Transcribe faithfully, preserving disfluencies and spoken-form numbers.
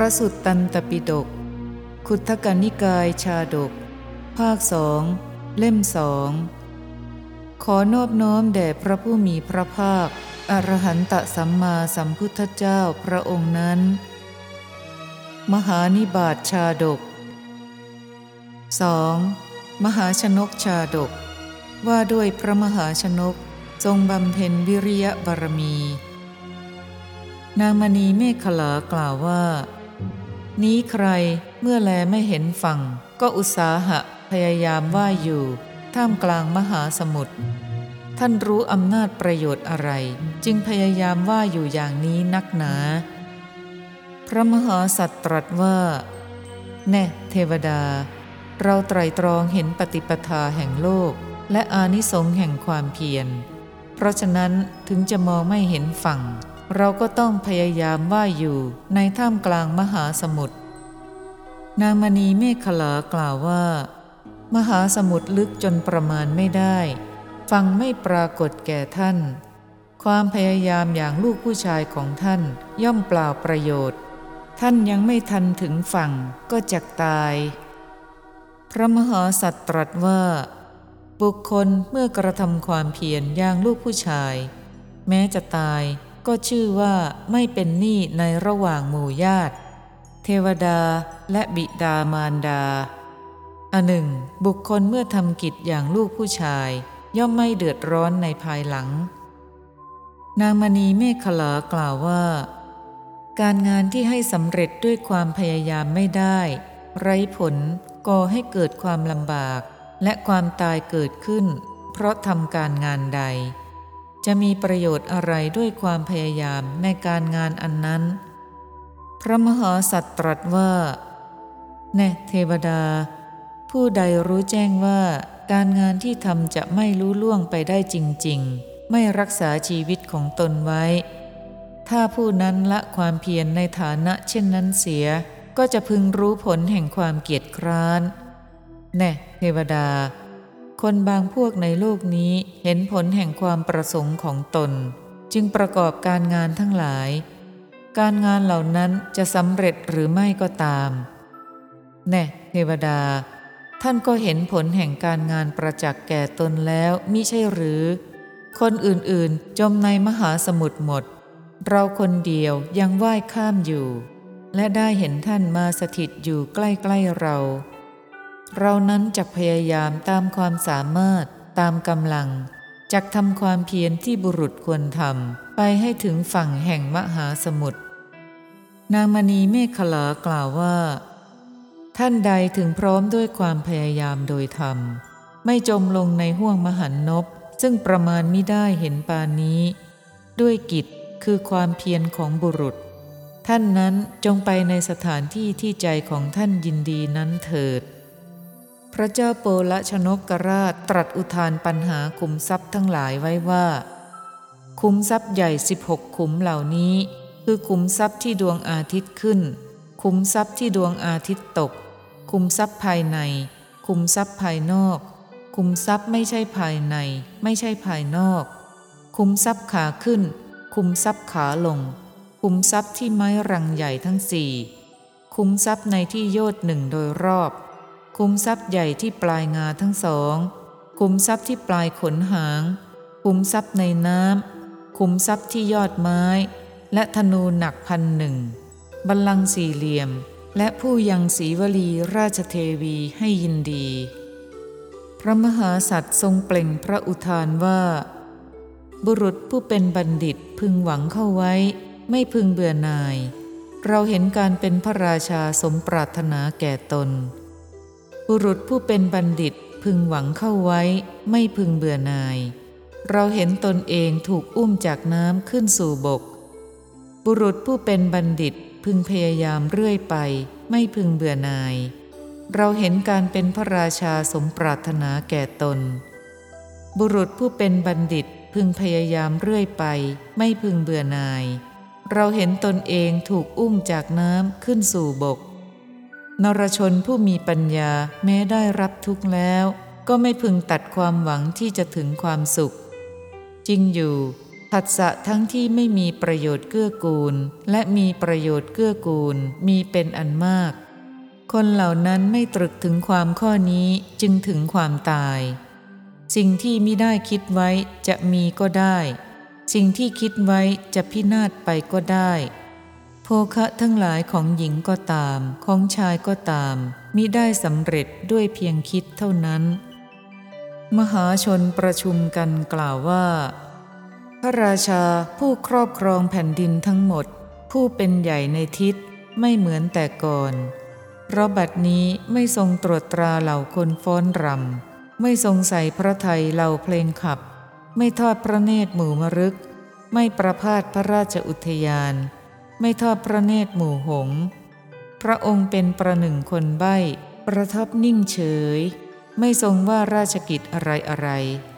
ระสุตตันตปิฎกขุททกนิกายชาดกภาคสองเล่มสองขอนอบน้อมแด่พระผู้มีพระภาคอรหันตสัมมาสัมพุทธเจ้าพระองค์นั้นมหานิบาตชาดก สอง. มหาชนกชาดกว่าด้วยพระมหาชนกทรงบำเพ็ญวิริยบารมีนางมณีเมขลากล่าวว่านี้ใครเมื่อแลไม่เห็นฝั่งก็อุตสาหะพยายามว่ายอยู่ท่ามกลางมหาสมุทรท่านรู้อำนาจประโยชน์อะไรจึงพยายามว่ายอยู่อย่างนี้นักหนาพระมหาสัตว์ตรัสว่าแน่เทวดาเราไตร่ตรองเห็นปฏิปทาแห่งโลกและอานิสงส์แห่งความเพียรเพราะฉะนั้นถึงจะมองไม่เห็นฝั่งเราก็ต้องพยายามว่ายอยู่ในท่ามกลางมหาสมุทรนางมณีเมขลากล่าวว่ามหาสมุทรลึกจนประมาณไม่ได้ฝั่งไม่ปรากฏแก่ท่านความพยายามอย่างลูกผู้ชายของท่านย่อมเปล่าประโยชน์ท่านยังไม่ทันถึงฝั่งก็จักตายพระมหาสัตว์ตรัสว่าบุคคลเมื่อกระทำความเพียรอย่างลูกผู้ชายแม้จะตายก็ชื่อว่าไม่เป็นหนี้ในระหว่างหมู่ญาติเทวดาและบิดามารดาอันหนึ่งบุคคลเมื่อทำกิจอย่างลูกผู้ชายย่อมไม่เดือดร้อนในภายหลังนางมณีเมขลากล่าวว่าการงานที่ให้สำเร็จด้วยความพยายามไม่ได้ไร้ผลก่อให้เกิดความลำบากและความตายเกิดขึ้นเพราะทำการงานใดจะมีประโยชน์อะไรด้วยความพยายามในการงานอันนั้นพระมหาสัตว์ตรัสว่าแน่เทวดาผู้ใดรู้แจ้งว่าการงานที่ทำจะไม่ลุล่วงไปได้จริงๆไม่รักษาชีวิตของตนไว้ถ้าผู้นั้นละความเพียรในฐานะเช่นนั้นเสียก็จะพึงรู้ผลแห่งความเกียจคร้านแน่เทวดาคนบางพวกในโลกนี้เห็นผลแห่งความประสงค์ของตนจึงประกอบการงานทั้งหลายการงานเหล่านั้นจะสำเร็จหรือไม่ก็ตามแน่เทวดาท่านก็เห็นผลแห่งการงานประจักษ์แก่ตนแล้วมิใช่หรือคนอื่นๆจมในมหาสมุทรหมดเราคนเดียวยังว่ายข้ามอยู่และได้เห็นท่านมาสถิตอยู่ใกล้ๆเราเรานั้นจักพยายามตามความสามารถตามกำลังจักทำความเพียรที่บุรุษควรทำไปให้ถึงฝั่งแห่งมหาสมุทรนางมณีเมขลากล่าวว่าท่านใดถึงพร้อมด้วยความพยายามโดยธรรมไม่จมลงในห้วงมหันนบซึ่งประมาณมิได้เห็นปานนี้ด้วยกิจคือความเพียรของบุรุษท่านนั้นจงไปในสถานที่ที่ใจของท่านยินดีนั้นเถิดพระเจ้าโปลชนกราชตรัสอุทานปัญหาขุมทรัพย์ทั้งหลายไว้ว่าขุมทรัพย์ใหญ่สิบหกขุมเหล่านี้คือขุมทรัพย์ที่ดวงอาทิตย์ขึ้นขุมทรัพย์ที่ดวงอาทิตย์ตกขุมทรัพย์ภายในขุมทรัพย์ภายนอกขุมทรัพย์ไม่ใช่ภายในไม่ใช่ภายนอกขุมทรัพย์ขาขึ้นขุมทรัพย์ขาลงขุมทรัพย์ที่ไม้รังใหญ่ทั้งสี่ขุมทรัพย์ในที่โยชน์หนึ่งโดยรอบขุมทรัพย์ใหญ่ที่ปลายงาทั้งสองขุมทรัพย์ที่ปลายขนหางขุมทรัพย์ในน้ำขุมทรัพย์ที่ยอดไม้และธนูหนักพันหนึ่งบัลลังก์สี่เหลี่ยมและผู้ยังศรีวลีราชเทวีให้ยินดีพระมหาสัตว์ทรงเปล่งพระอุทานว่าบุรุษผู้เป็นบัณฑิตพึงหวังเข้าไว้ไม่พึงเบื่อหน่ายเราเห็นการเป็นพระราชาสมปรารถนาแก่ตนบุรุษผู้เป็นบัณฑิตพึงหวังเข้าไว้ไม่พึงเบื่อหน่ายเราเห็นตนเองถูกอุ้มจากน้ำขึ้นสู่บกบุรุษผู้เป็นบัณฑิตพึงพยายามเรื่อยไปไม่พึงเบื่อหน่ายเราเห็นการเป็นพระราชาสมปรารถนาแก่ตนบุรุษผู้เป็นบัณฑิตพึงพยายามเรื่อยไปไม่พึงเบื่อหน่ายเราเห็นตนเองถูกอุ้มจากน้ำขึ้นสู่บกนรชนผู้มีปัญญาแม้ได้รับทุกข์แล้วก็ไม่พึงตัดความหวังที่จะถึงความสุขจริงอยู่ทผัสสะทั้งที่ไม่มีประโยชน์เกื้อกูลและมีประโยชน์เกื้อกูลมีเป็นอันมากคนเหล่านั้นไม่ตรึกถึงความข้อนี้จึงถึงความตายสิ่งที่มิได้คิดไว้จะมีก็ได้สิ่งที่คิดไว้จะพินาศไปก็ได้โภคะทั้งหลายของหญิงก็ตามของชายก็ตามมิได้สำเร็จด้วยเพียงคิดเท่านั้นมหาชนประชุมกันกล่าวว่าพระราชาผู้ครอบครองแผ่นดินทั้งหมดผู้เป็นใหญ่ในทิศไม่เหมือนแต่ก่อนเพราะบัดนี้ไม่ทรงตรวจตราเหล่าคนฟ้อนรำไม่ทรงใส่พระทัยเหล่าเพลงขับไม่ทอดพระเนตรหมู่มฤกษ์ไม่ประพาสพระราชอุทยานไม่ทอดพระเนตรหมู่หงส์พระองค์เป็นประหนึ่งคนใบ้ประทับนิ่งเฉยไม่ทรงว่าราชกิจอะไรอะไร